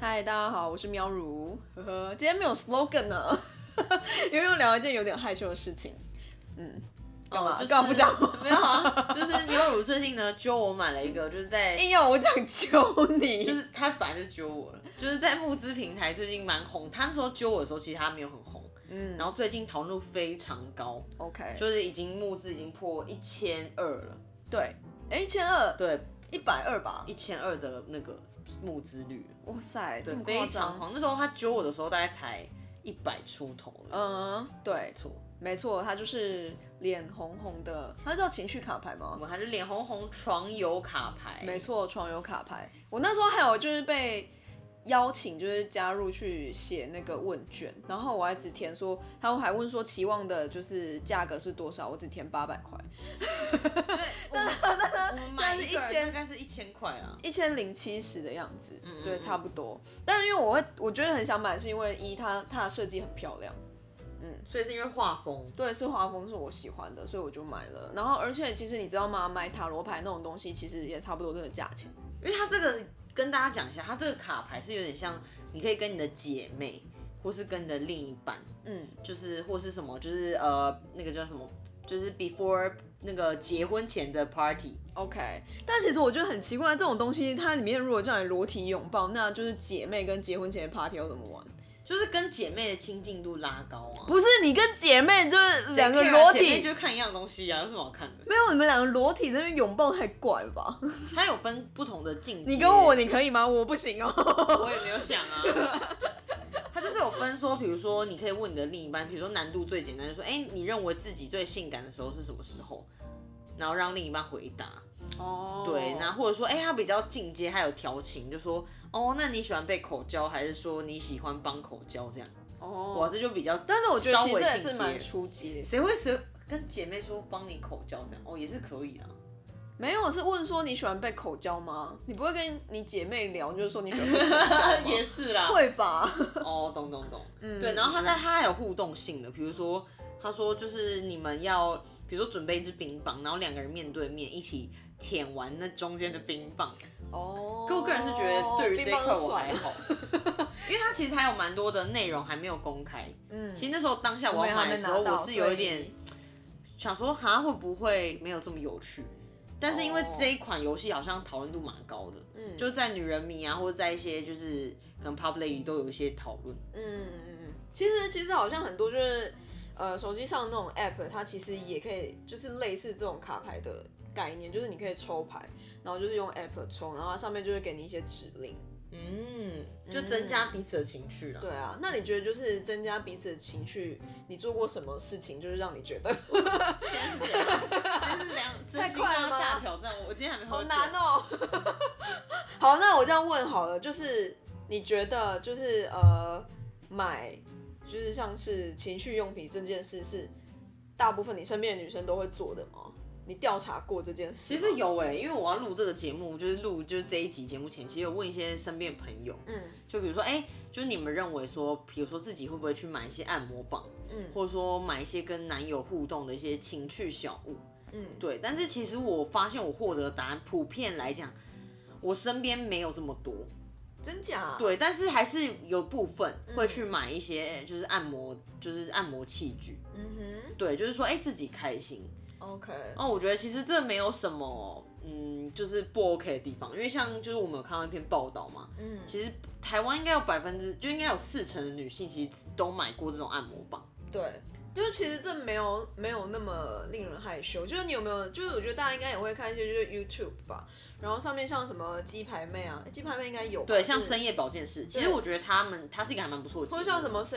嗨，大家好，我是喵如，呵呵，今天没有 slogan 呢，因为要聊一件有点害羞的事情。干嘛？干嘛不讲话？ 没有啊，就是喵如最近呢揪我买了一个，就是在硬要我讲揪你， 就是他本来就揪我了，就是在募资平台最近蛮红。他那时候揪我的时候，其实他没有很红，然后最近讨论度非常高 ，OK， 就是已经募资已经破1200了。 对，1200， 对 120吧 ，1200的那个募资率， 哇塞， 对， 这么夸非常张。 狂。那时候他揪我的时候，大概才100出头了。 对， 错， 没错，他就是脸红红的，他叫情绪卡牌吗？ 他就脸红红床游卡牌， 没错，床游卡牌。我那时候还有就是被邀请，就是加入去写那个问卷，然后我还只填说，他还问说期望的就是价格是多少，我只填800块。 所以我们买一个人大概是1000块啊 ，1070的样子，对，差不多。但是因为我觉得很想买，是因为它的设计很漂亮。 所以是因为画风， 对，是画风是我喜欢的，所以我就买了。然后，而且其实你知道吗？买塔罗牌那种东西，其实也差不多这个价钱。 因为它这个跟大家讲一下，它这个卡牌是有点像，你可以跟你的姐妹，或是跟你的另一半，就是或是什么，就是那个叫什么，就是 before 那个结婚前的 party。 OK， 但其实我觉得很奇怪，这种东西它里面如果叫你裸体拥抱，那就是姐妹跟结婚前的 party 要怎么玩？ 就是跟姐妹的亲近度拉高啊！ 不是你跟姐妹就是两个裸体， 姐妹就是看一样东西啊，有什么好看的？ 没有，你们两个裸体在那边拥抱太怪了吧？ 它有分不同的境界。 你跟我你可以吗？我不行哦。 我也没有想啊。它就是有分说，比如说你可以问你的另一半，比如说难度最简单，就说你认为自己最性感的时候是什么时候？然后让另一半回答。对，那或者说，他比较进阶，他有调情，就说，那你喜欢被口交，还是说你喜欢帮口交这样？我这就比较， 但是我觉得稍其实这也微进阶， 是蛮出阶。 谁会跟姐妹说帮你口交这样？也是可以啊。 没有，是问说你喜欢被口交吗？你不会跟你姐妹聊，就是说你喜欢被口交吗？ 也是啦， 会吧？ 懂。对，然后他还有互动性的，比如说他说就是你们要，比如说准备一支冰棒，然后2个人面对面一起舔完那中间的冰棒。可我个人是觉得对于这一块我还好，因为它其实还有蛮多的内容还没有公开。其实那时候当下我要买的时候，我是有一点想说，会不会没有这么有趣？但是因为这一款游戏好像讨论度蛮高的，就在女人迷啊，或者在一些就是可能 pub lady 都有一些讨论。 其实好像很多就是手机上那种 app， 它其实也可以就是类似这种卡牌的概念，就是你可以抽牌，然后就是用 app 抽，然后它上面就会给你一些指令。 就增加彼此的情绪了。 对啊，那你觉得就是增加彼此的情绪，你做过什么事情，就是让你觉得？ 现在是这样，现在是真心话大挑战。我今天还没喝酒。 好难哦。好，那我这样问好了，就是你觉得就是买就是像是情趣用品这件事，是大部分你身边的女生都会做的吗？你调查过这件事吗？ 其实有因为我要录这个节目，就是这一集节目前，其实有问一些身边的朋友，就比如说，就是你们认为说，比如说自己会不会去买一些按摩棒，或者说买一些跟男友互动的一些情趣小物，对。但是其实我发现我获得的答案，普遍来讲，我身边没有这么多。 真假？ 对，但是还是有部分会去买一些就是按摩器具，对，就是说自己开心。 OK， 我觉得其实这没有什么，就是不 OK 的地方，因为像就是我们有看到一篇报道嘛，其实台湾应该有应该有40%的女性其实都买过这种按摩棒。 对，就是其实这没有那么令人害羞，就是你有没有，就是我觉得大家应该也会看一些就是 YouTube 吧，然后上面像什么鸡排妹啊，鸡排妹应该有吧， 对，像深夜保健室，其实我觉得它是一个还蛮不错的节目， 或者像什么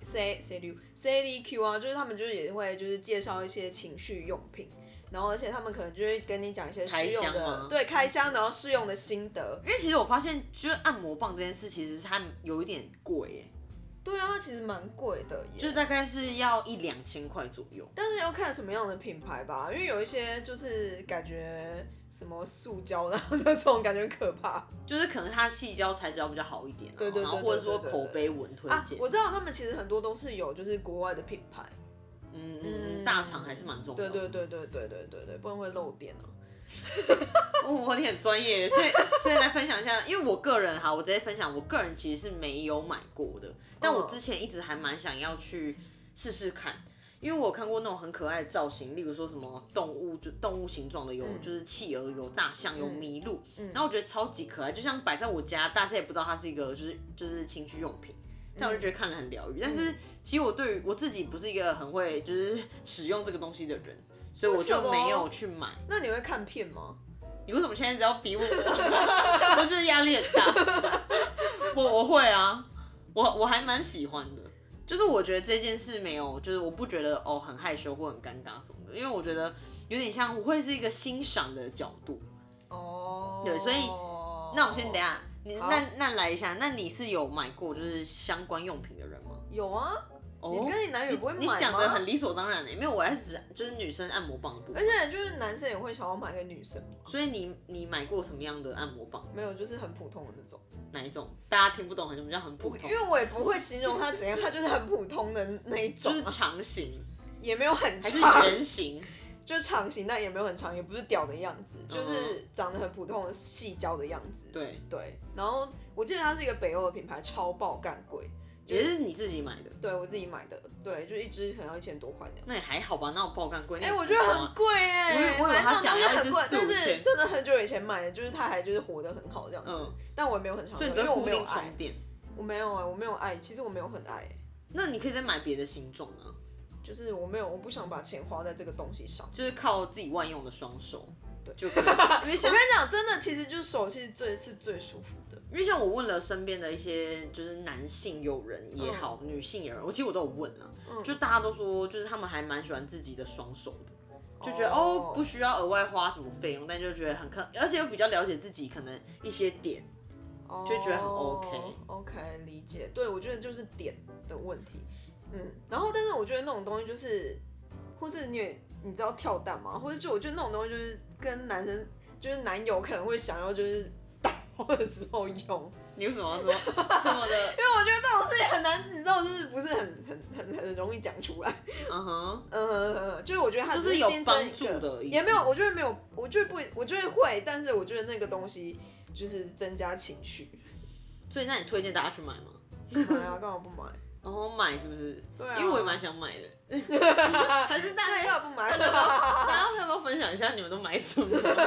CDQ 啊，就是他们就是也会就是介绍一些情趣用品，然后而且他们可能就会跟你讲一些试用的，对，开箱然后试用的心得。 因为其实我发现就是按摩棒这件事，其实它有一点贵对啊，它其实蛮贵的耶， 就是大概是要1-2千块左右。 但是要看什么样的品牌吧，因为有一些就是感觉什么塑胶的那种感觉很可怕， 就是可能它细胶材质要比较好一点， 对， 然后或者说口碑文推荐。 我知道他们其实很多都是有就是国外的品牌， 大厂还是蛮重要的。 对，不然会漏电啊。 你很专业，所以来分享一下，因为我个人我直接分享，我个人其实是没有买过的，但我之前一直还蛮想要去试试看。因为我有看过那种很可爱的造型，例如说什么动物形状的有，就是企鹅、有大象、有麋鹿，然后我觉得超级可爱，就像摆在我家，大家也不知道它是一个就是情趣用品，但我就觉得看了很疗愈。但是其实我对于我自己不是一个很会就是使用这个东西的人，所以我就没有去买。 那你会看片吗？ 你为什么现在只要逼我？我觉得压力很大。我会啊，我还蛮喜欢的。就是我觉得这件事没有，就是我不觉得很害羞或很尴尬什么的，因为我觉得有点像我会是一个欣赏的角度。对，所以那我先等一下，那来一下，那你是有买过就是相关用品的人吗？ 有啊。你跟你男友不会买吗？ 你讲的很理所当然的，没有，我还是指就是女生按摩棒的部分。 而且就是男生也会想要买给女生嘛。 所以你买过什么样的按摩棒？ 没有，就是很普通的那种。 哪一种？大家听不懂什么叫很普通？ 因为我也不会形容它怎样，它就是很普通的那一种。 就是长形， 也没有很长， 还是圆形？ 就是长形，但也没有很长，也不是屌的样子，就是长得很普通的细胶的样子。对。然后我记得它是一个北欧的品牌，超爆干贵。 也是你自己买的？ 对，我自己买的。对，就一支可能要1000多块的。 那也还好吧，那我爆干贵。 我觉得很贵我以为他讲要一支但是真的很久以前买的，就是它还就是活得很好这样子。但我也没有很常用， 所以你都固定充电？ 我没有我没有爱，其实我没有很爱。 那你可以再买别的形状啊。 就是我不想把钱花在这个东西上， 就是靠自己万用的双手， 对， 就可以。因为我跟你讲，真的，其实就是手其实是最舒服的。 因为像我问了身边的一些就是男性友人也好，女性友人，其实我都有问啊，就大家都说，就是他们还蛮喜欢自己的双手的，就觉得不需要额外花什么费用，但就觉得而且又比较了解自己可能一些点，就觉得很 OK， 理解。对，我觉得就是点的问题。然后但是我觉得那种东西就是，或是你知道跳蛋吗？或者我觉得那种东西就是跟男生就是男友可能会想要就是打炮的时候用。 你为什么要说这么的？ 因为我觉得这种事情很难，你知道，就是不是很容易讲出来。就是我觉得它就是有帮助的， 也没有，我觉得没有，我觉得会，但是我觉得那个东西就是增加情绪。 所以那你推荐大家去买吗？ 买啊，干嘛不买？ 买是不是？ 对啊， 因为我也蛮想买的。 还是大家要不买？ 大家要不要分享一下你们都买什么？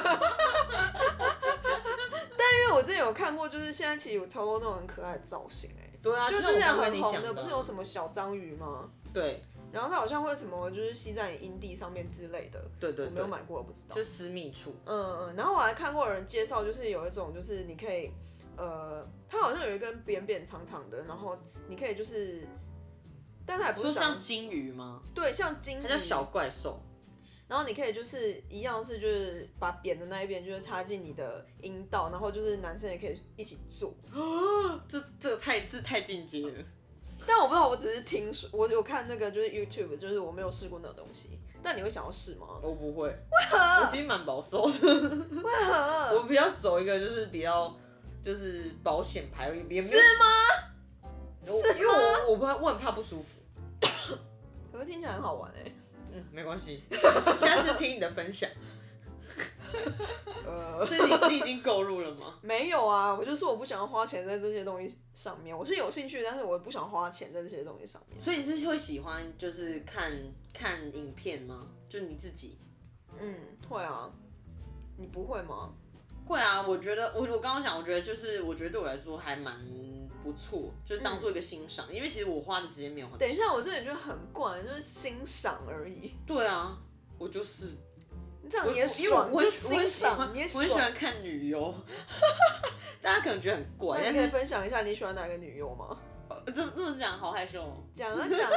但因为我之前有看过，就是现在其实有超多那种很可爱的造型对啊， 就之前很红的，不是有什么小章鱼吗？ 对。 然后它好像会什么，就是吸在你阴蒂上面之类的。 对。 我没有买过，我不知道。 就私密处。 然后我还看过有人介绍，就是有一种，就是你可以，它好像有一根扁扁长长的，然后你可以就是，但它也不是说像金鱼吗？ 对，像金鱼。 它叫小怪兽。 然后你可以就是一样是就是把扁的那一边就是插进你的阴道，然后就是男生也可以一起做。 这太进阶了。 但我不知道，我只是听说，我有看那个就是 YouTube， 就是我没有试过那种东西。但你会想要试吗？ 我不会。 为何？ 我其实蛮保守的。 为何？ 我比较走一个就是比较就是保险牌，也没有。 是吗？ 因为我很怕不舒服。 可是听起来很好玩没关系，下次听你的分享。所以你已经购入了吗？ 没有啊，我就说我不想要花钱在这些东西上面。我是有兴趣，但是我不想花钱在这些东西上面。 所以你是会喜欢就是看影片吗？就你自己？ 会啊。你不会吗？ 会啊，我觉得我刚刚讲，我觉得对我来说还蛮不错，就是当做一个欣赏，因为其实我花的时间没有很长。 等一下，我这里就很怪，就是欣赏而已。 对啊，我就是。 这样你也爽， 我就欣赏，你也爽。 我很喜欢看女优，大家可能觉得很怪。 那你可以分享一下你喜欢哪个女优吗？ 这么讲，好害羞。 讲啊！ 这样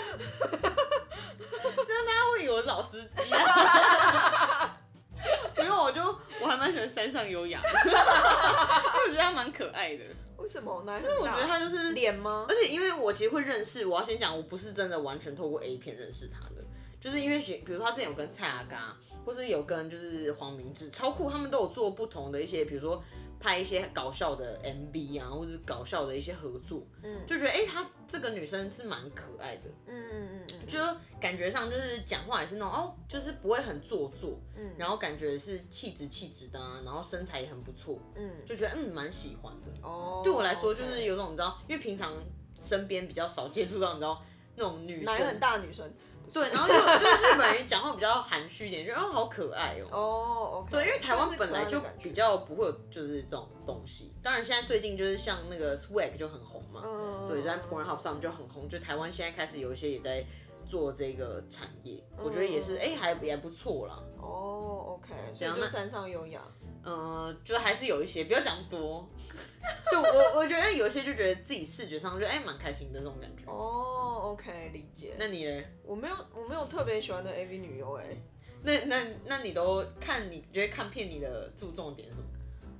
大家会以为我是老司机啊。因为我还蛮喜欢山上优雅的，因为我觉得她蛮可爱的。 为什么呢？ 就是我觉得她就是脸吗？ 而且因为我其实会认识，我要先讲，我不是真的完全透过 A 片认识她的，就是因为比如说她之前有跟蔡阿嘎，或是有跟就是黄明志、超酷，他们都有做不同的一些，比如说拍一些搞笑的 MV 啊，或者是搞笑的一些合作，就觉得她这个女生是蛮可爱的，就感觉上就是讲话也是那种就是不会很做作，然后感觉是气质的啊，然后身材也很不错，就觉得蛮喜欢的。对我来说就是有种你知道，因为平常身边比较少接触到你知道那种女生， 奶很大的女生。 对，然后就是日本人讲话比较含蓄一点，就好可爱哦。 对，因为台湾本来就比较不会有就是这种东西。当然现在最近就是像那个 Swag 就很红嘛，对，在 Pornhub 上面就很红，就台湾现在开始有一些也在做这个产业，我觉得也是还不错啦。 OK， 所以就山上优雅。 就还是有一些，不要讲多。就我觉得有一些就觉得自己视觉上就蛮开心的这种感觉。 OK， 理解。 那你呢？ 我没有特别喜欢的 AV 女优那你都看，你觉得看片你的注重点是什么？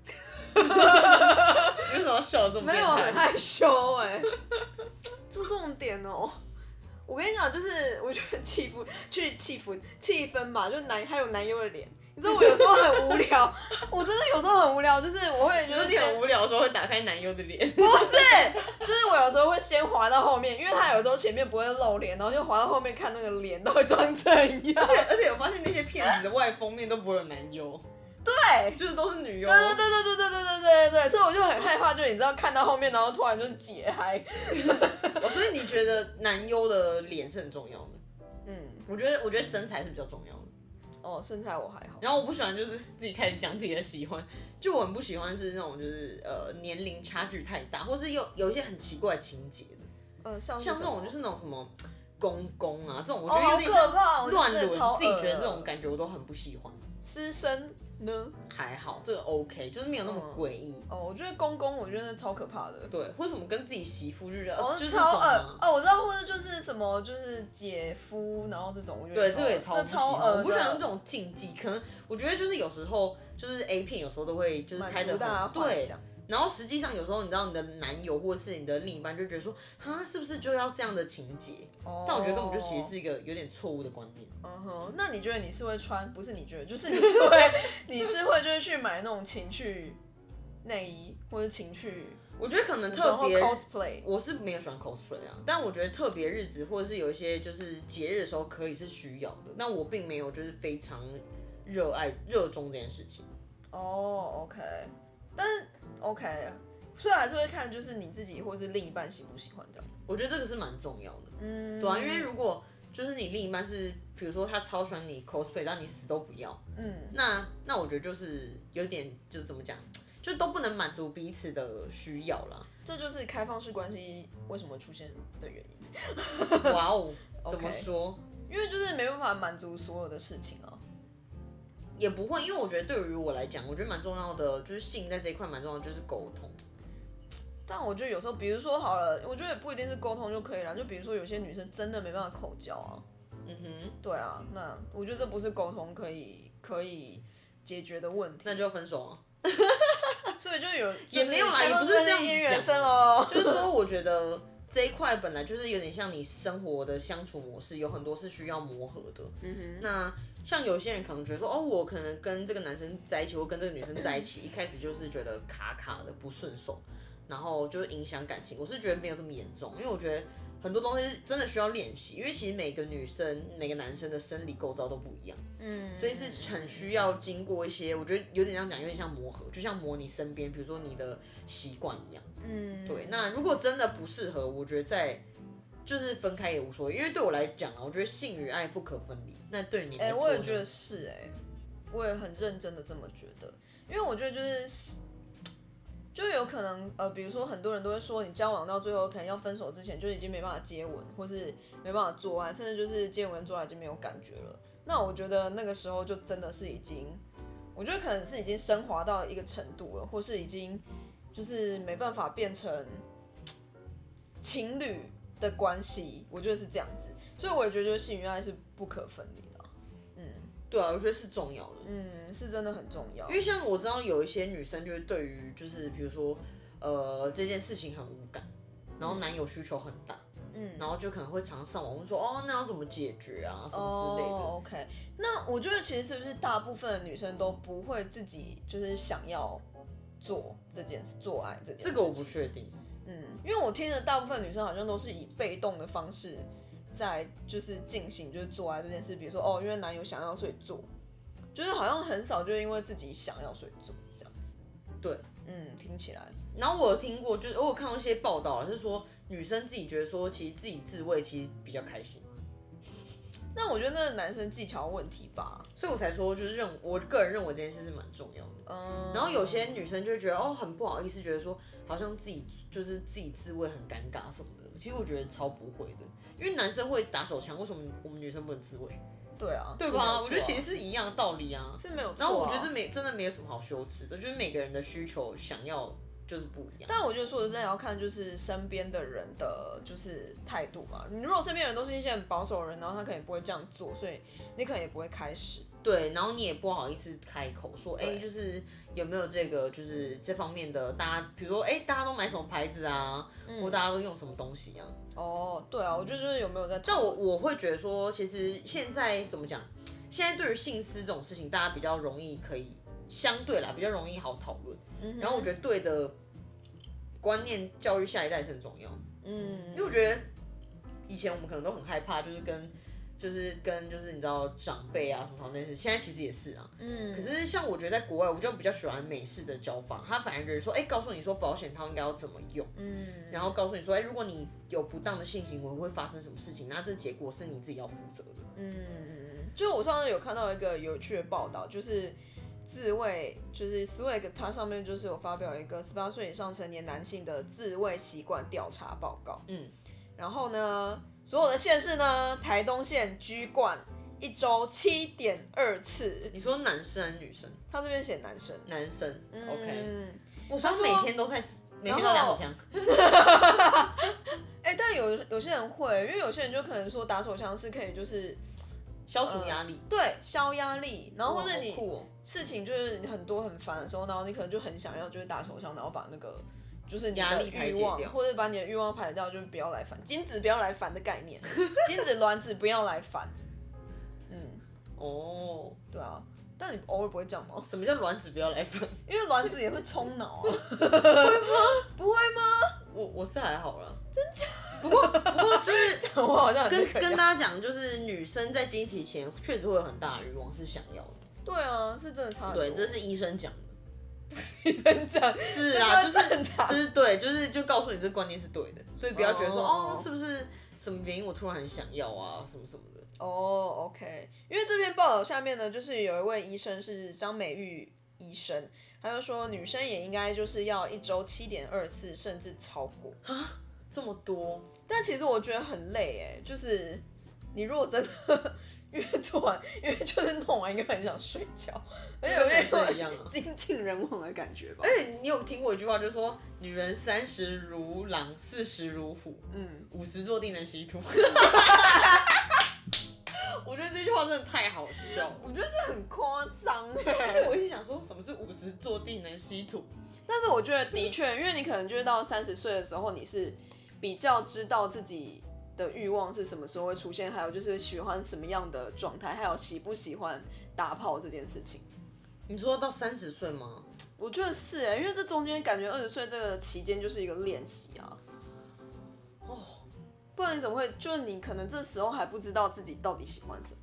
为什么笑得这么变态？ 没有，很害羞注重点我跟你讲，就是我觉得气氛吧，就还有男优的脸。你知道我有时候很无聊，我真的有时候很无聊，就是我会就是你很无聊的时候会打开男优的脸， 不是，就是我有时候会先滑到后面，因为他有时候前面不会露脸，然后就滑到后面看那个脸到底长怎样。 而且我发现那些片子的外封面都不会有男优， 对， 就是都是女优。 对，所以我就很害怕，就你知道看到后面，然后突然就是解嗨。 所以你觉得男优的脸是很重要的？我觉得身材是比较重要的。 身材我还好。 然后我不喜欢就是自己开始讲自己的喜欢，就我很不喜欢是那种就是年龄差距太大，或是有一些很奇怪情节的，像这种就是那种什么公公啊这种，我觉得有点像乱伦，自己觉得这种感觉我都很不喜欢。 师生呢？ 还好，这个 OK， 就是没有那么诡异。 我觉得公公，我觉得超可怕的。 对，或者什么跟自己媳妇就觉得就是超恶我知道，或者就是什么就是姐夫，然后这种我觉得对这个也超不喜欢，我不喜欢这种禁忌。可能我觉得就是有时候就是 A 片有时候都会就是拍的很对。然后实际上有时候你知道你的男友或是你的另一半就觉得说，是不是就要这样的情节？但我觉得根本就其实是一个有点错误的观念。 那你觉得你是会穿？不是你觉得，就是你是会就是去买那种情趣内衣或者情趣？ 我觉得可能特别 cosplay， 我是没有喜欢 cosplay 啊，但我觉得特别日子或者是有一些就是节日的时候可以是需要的，但我并没有就是非常热衷这件事情。 OK， 但是 OK， 所以还是会看就是你自己或是另一半喜不喜欢这样子。 我觉得这个是蛮重要的，对啊，因为如果就是你另一半是比如说他超喜欢你 cosplay， 但你死都不要，那我觉得就是有点就是怎么讲，就都不能满足彼此的需要啦。 这就是开放式关系为什么出现的原因。 哇哦，怎么说？ 因为就是没办法满足所有的事情啊。 也不会，因为我觉得对于我来讲，我觉得蛮重要的，就是性在这一块蛮重要的，就是沟通。 但我觉得有时候，比如说好了，我觉得也不一定是沟通就可以了。就比如说有些女生真的没办法口交啊，对啊，那我觉得这不是沟通可以解决的问题， 那就分手啊。 所以就有也没有啦，也不是这样子讲， 就是说我觉得这一块本来就是有点像你生活的相处模式，有很多是需要磨合的。那像有些人可能觉得说，我可能跟这个男生在一起，或跟这个女生在一起，一开始就是觉得卡卡的不顺手，然后就是影响感情。我是觉得没有这么严重，因为我觉得很多东西真的需要练习，因为其实每个女生、每个男生的生理构造都不一样，所以是很需要经过一些，我觉得有点这样讲，有点像磨合，就像磨你身边，比如说你的习惯一样。对。那如果真的不适合，我觉得就是分开也无所谓，因为对我来讲我觉得性与爱不可分离。那对你来说， 我也觉得是我也很认真的这么觉得，因为我觉得就有可能比如说很多人都会说，你交往到最后可能要分手之前就已经没办法接吻，或是没办法做爱，甚至就是接吻做爱已经没有感觉了。那我觉得那个时候就真的是我觉得可能是已经升华到一个程度了，或是已经就是没办法变成情侣的关系，我觉得是这样子。所以我也觉得性与爱是不可分离的。 对啊，我觉得是重要的。 是真的很重要。 因为像我知道有一些女生就是对于就是比如说这件事情很无感，然后男友需求很大，然后就可能会常上网问说，那要怎么解决啊什么之类的。 OK， 那我觉得其实是不是大部分的女生都不会自己就是想要做这件事，做爱这件事。 这个我不确定。 因为我听的大部分女生好像都是以被动的方式在就是进行就是做爱这件事，比如说因为男友想要所以做，就是好像很少就是因为自己想要所以做这样子。 对， 听起来。 然后我有听过，就是我有看到一些报道是说女生自己觉得说其实自己自慰其实比较开心。 那我觉得那是男生技巧问题吧， 所以我才说就是我个人认为这件事是蛮重要的。然后有些女生就会觉得很不好意思，觉得说好像自己自慰很尴尬什么的。其实我觉得超不会的，因为男生会打手枪，为什么我们女生不能自慰？ 对啊， 对吧？我觉得其实是一样的道理啊， 是没有错。 然后我觉得真的没有什么好羞耻的，就是每个人的需求想要就是不一样。 但我觉得说的真的要看就是身边的人的就是态度嘛。你如果身边人都是一些很保守的人，然后他可能也不会这样做，所以你可能也不会开始。 对，然后你也不好意思开口说，就是有没有这个就是这方面的，大家比如说大家都买什么牌子啊，或大家都用什么东西啊？ 对啊，我觉得就是有没有在。 但我会觉得说，其实现在怎么讲？现在对于性私这种事情，大家比较容易可以相对啦，比较容易好讨论。然后我觉得对的观念教育下一代是很重要。因为我觉得以前我们可能都很害怕，就是跟你知道长辈啊什么那些，现在其实也是啊。可是像我觉得在国外，我就比较喜欢美式的教法，他反而觉得说，告诉你说保险套应该要怎么用，然后告诉你说，如果你有不当的性行为会发生什么事情，那这结果是你自己要负责的。 就我上次有看到一个有趣的报道，就是自慰，就是 Swag 它上面就是有发表一个18岁以上成年男性的自慰习惯调查报告。然后呢，所有的县市呢，台东县居冠1周7.2次。 你说男生还是女生？ 他这边写男生。 男生，OK。我说每天都打手枪。 但有些人会，因为有些人就可能说打手枪是可以就是消除压力， 对，消压力，然后或者你事情就是很多很烦的时候，然后你可能就很想要就是打手枪，然后把那个就是你的欲望，或者把你的欲望排掉，就是不要来烦，精子不要来烦的概念，精子卵子不要来烦。对啊，但你偶尔不会这样吗？ 什么叫卵子不要来烦？ 因为卵子也会冲脑啊。会吗？不会吗？ 我是还好啦。 真假？ 不过就是讲我好像跟大家讲，就是女生在经期前确实会有很大的欲望是想要的。 对啊，是真的差很多。 对，这是医生讲的。 不是医生讲， 是啊， 就是对，就告诉你这观念是对的，所以不要觉得说是不是什么原因我突然很想要啊什么什么的。 OK， 因为这篇报道下面呢，就是有一位医生是张美玉医生，他就说女生也应该就是要1周7.2次，甚至超过啊，这么多。 但其实我觉得很累就是你如果真的约做完，因为就是弄完应该很想睡觉，而且有男生一样精尽人亡的感觉吧。 而且你有听过一句话，就是说女人30如狼，40如虎，50坐地能吸土。我觉得这句话真的太好笑了， 我觉得这很夸张而且我一直想说，什么是50坐地能吸土？ 但是我觉得的确，因为你可能就是到30岁的时候，你是比较知道自己的欲望是什么时候会出现，还有就是喜欢什么样的状态，还有喜不喜欢打炮这件事情。 你说到30岁吗？ 我觉得是因为这中间感觉20岁这个期间就是一个练习啊。不然你怎么会？就是你可能这时候还不知道自己到底喜欢什么，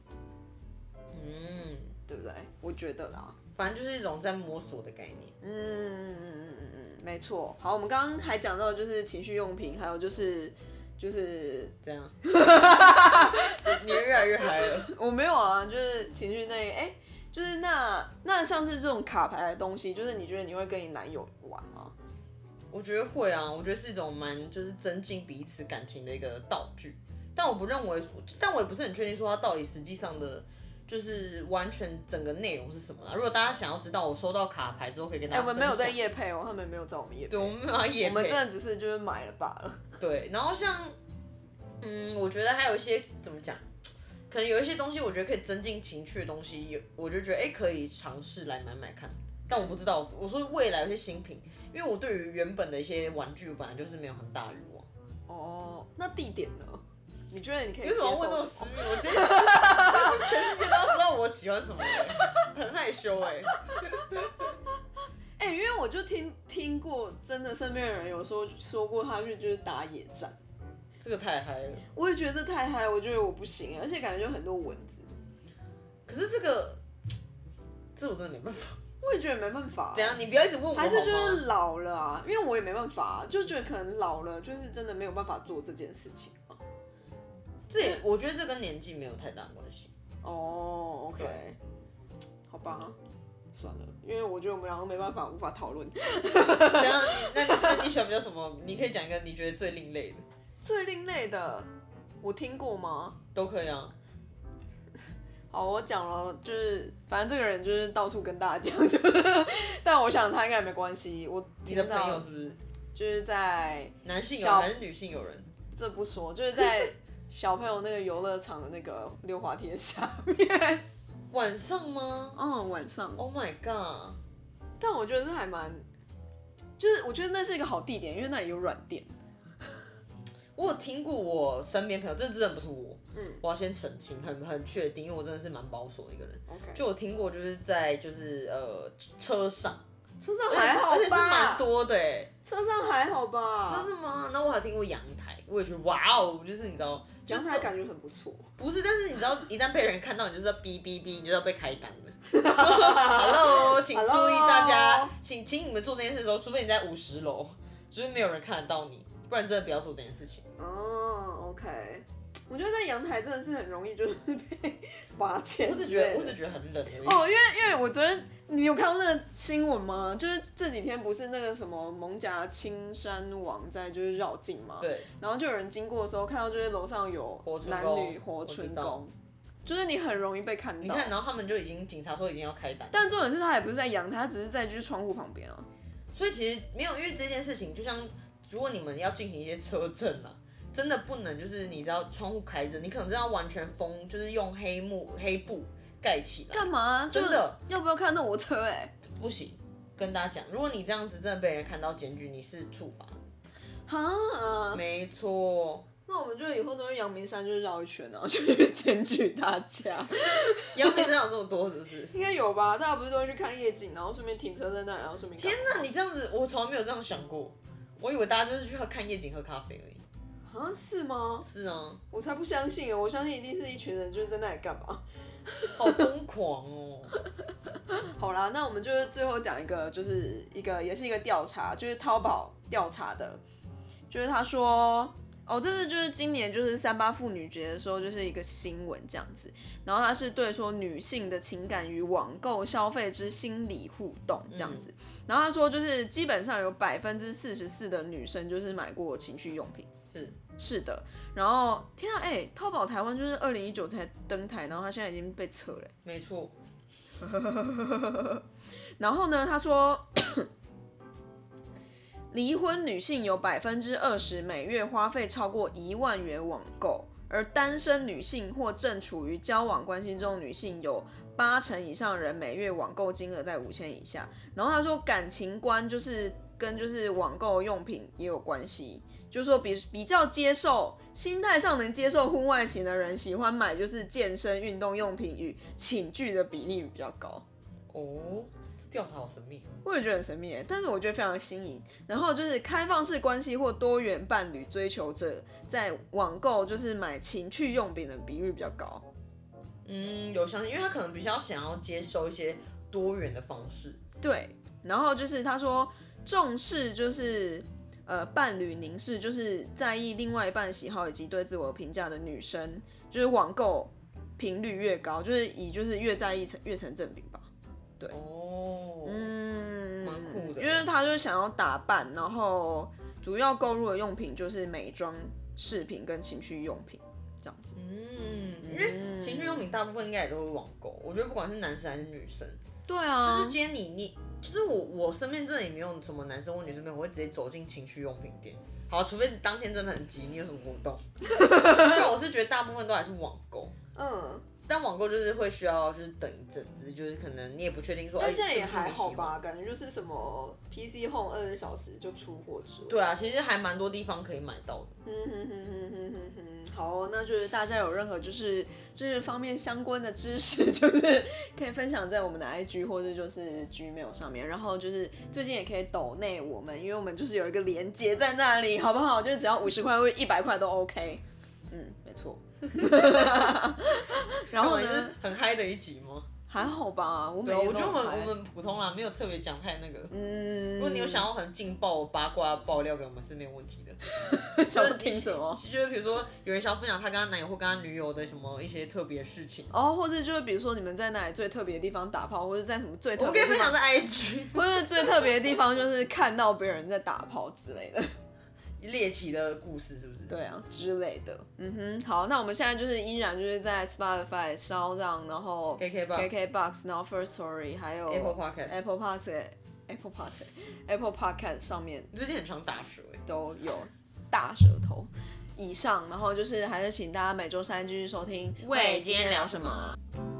对不对？我觉得啦， 反正就是一种在摸索的概念。 没错。好，我们刚刚还讲到就是情趣用品，还有就是这样，你越来越嗨了。 我没有啊，就是情趣就是那像是这种卡牌的东西，就是你觉得你会跟你男友玩吗？ 我觉得会啊，我觉得是一种蛮就是增进彼此感情的一个道具，但我不认为，但我也不是很确定说它到底实际上的就是完全整个内容是什么啦。如果大家想要知道，我收到卡牌之后可以跟大家分享。 我们没有在业配他们没有找我们业配。 对，我们没有要业配， 我们真的只是就是买了罢了。 对，然后像我觉得还有一些怎么讲，可能有一些东西我觉得可以增进情趣的东西，我就觉得可以尝试来买看。但我不知道，我说未来有些新品，因为我对于原本的一些玩具本来就是没有很大的欲望。 那地点呢？你觉得你可以接受？为什么问这种私密？我真是全世界都知道我喜欢什么很害羞因为我就听过，真的身边的人有说过他去就是打野战， 这个太嗨了。 我也觉得这太嗨了，我觉得我不行，而且感觉就很多蚊子。 可是这我真的没办法。 我也觉得没办法。 怎样？你不要一直问我好吗？ 还是就是老了啊？因为我也没办法，就觉得可能老了，就是真的没有办法做这件事情。 我觉得这跟年纪没有太大关系。 哦 ，OK， 好吧，算了，因为我觉得我们两个没办法，无法讨论。 怎样？那你喜欢比较什么？你可以讲一个你觉得最另类的。 最另类的，我听过吗？ 都可以啊。 好，我讲了，就是反正这个人就是到处跟大家讲的，但我想他应该也没关系。 你的朋友是不是？ 就是在男性友人还是女性友人？ 这不说，就是在小朋友那个游乐场的那个溜滑梯的下面。 晚上吗？ 晚上。 Oh my god！ 但我觉得这还蛮，就是我觉得那是一个好地点，因为那里有软垫。 我有听过我身边朋友，这真的不是我，我要先澄清，很确定，因为我真的是蛮保守的一个人。 Okay. 就我听过，就是在车上还好吧， 而且是蛮多的哎， 车上还好吧？ 真的吗？那我还听过阳台，我也觉得哇哦，就是你知道， 阳台感觉很不错。 不是，但是你知道，一旦被人看到，你就是要哔哔哔，你就要被开单了。Hello， 请注意大家，请你们做这件事的时候，除非你在50楼，就是没有人看得到你。不然真的不要做这件事情。 OK， 我觉得在阳台真的是很容易就是被罚钱。 我只觉得很冷而已。 因为我昨天你有看到那个新闻吗？就是这几天不是那个什么艋舺青山王在就是绕境嘛， 对。 然后就有人经过的时候看到就是楼上有男女活春宫，就是你很容易被看到。 你看，然后他们就警察说已经要开单。 但重点是他也不是在阳台，他只是在就是窗户旁边啊。 所以其实没有，因为这件事情就像。如果你们要进行一些车震啊，真的不能就是你知道窗户开着，你可能真的要完全封，就是用黑布盖起来。 干嘛？ 真的要不要看到我车？ 不行，跟大家讲，如果你这样子真的被人看到检举，你是处罚。 哈， 没错。 那我们就以后都去阳明山就是绕一圈，然后就去检举大家。 阳明山有这么多是不是？ 应该有吧？大家不是都会去看夜景，然后顺便停车在那，然后顺便。 天哪，你这样子，我从来没有这样想过。我以为大家就是去看夜景、喝咖啡而已。 啊，是吗？ 是啊， 我才不相信，我相信一定是一群人就是在那里干嘛。 好疯狂哦！ 好啦，那我们就是最后讲一个，就是也是一个调查，就是淘宝调查的，就是他说。这是就是今年就是3·8妇女节的时候，就是一个新闻这样子。然后他是对说女性的情感与网购消费之心理互动这样子。然后他说就是基本上有44%的女生就是买过情趣用品。是的。然后天啊，淘宝台湾就是2019才登台，然后他现在已经被撤了。 没错。 然后呢，他说。离婚女性有20%每月花费超过1万元网购，而单身女性或正处于交往关系中的女性有80%以上人每月网购金额在5000以下。然后他说感情观就是跟就是网购用品也有关系，就是说比较接受心态上能接受婚外情的人，喜欢买就是健身运动用品与寝具的比例比较高。 调查好神秘， 我也觉得很神秘，但是我觉得非常新颖。然后就是开放式关系或多元伴侣追求者在网购就是买情趣用品的比率比较高。 有相信，因为他可能比较想要接受一些多元的方式。 对，然后就是他说重视就是伴侣凝视，就是在意另外一半喜好以及对自我评价的女生，就是网购频率越高，就是越在意越成正比吧。对。 蛮酷的。 因为他就想要打扮，然后主要购入的用品就是美妆、饰品跟情趣用品这样子。 因为情趣用品大部分应该也都是网购，我觉得不管是男生还是女生。 对啊。就是今天你就是我身边真的也没有什么男生或女生朋友会直接走进情趣用品店。好，除非当天真的很急，你有什么活动。不然我是觉得大部分都还是网购。 但网购就是会需要就是等一阵子，就是可能你也不确定说， 但现在也是不是还好你喜欢吧，感觉就是什么 PC Home 20小时就出货之类的。 对啊，其实还蛮多地方可以买到的。 好，那就是大家有任何就是这方面相关的知识，就是可以分享在我们的 IG 或者就是 Gmail 上面。然后就是最近也可以抖内我们，因为我们就是有一个连结在那里，好不好？就是只要50块或100块都 OK。没错。然后呢？ 很嗨的一集吗？ 还好吧，我觉得我们普通啦，没有特别讲太那个。如果你有想要很劲爆八卦爆料给我们是没有问题的。 想听什么？ 就是比如说有人想要分享他跟他男友或跟他女友的什么一些特别事情或者就是比如说你们在哪里最特别的地方打炮，或者在什么最特别的地方， 我们可以分享在 IG， 或者最特别的地方就是看到别人在打炮之类的。 猎奇的故事是不是？ 对啊，之类的。好，那我们现在就是依然就是在 Spotify、SoundOn，然后 KKBox， 然后 Firstory， 还有 Apple Podcast 上面， 你最近很常打舌都有大舌头以上，然后就是还是请大家每周3继续收听。 喂，今天聊什么？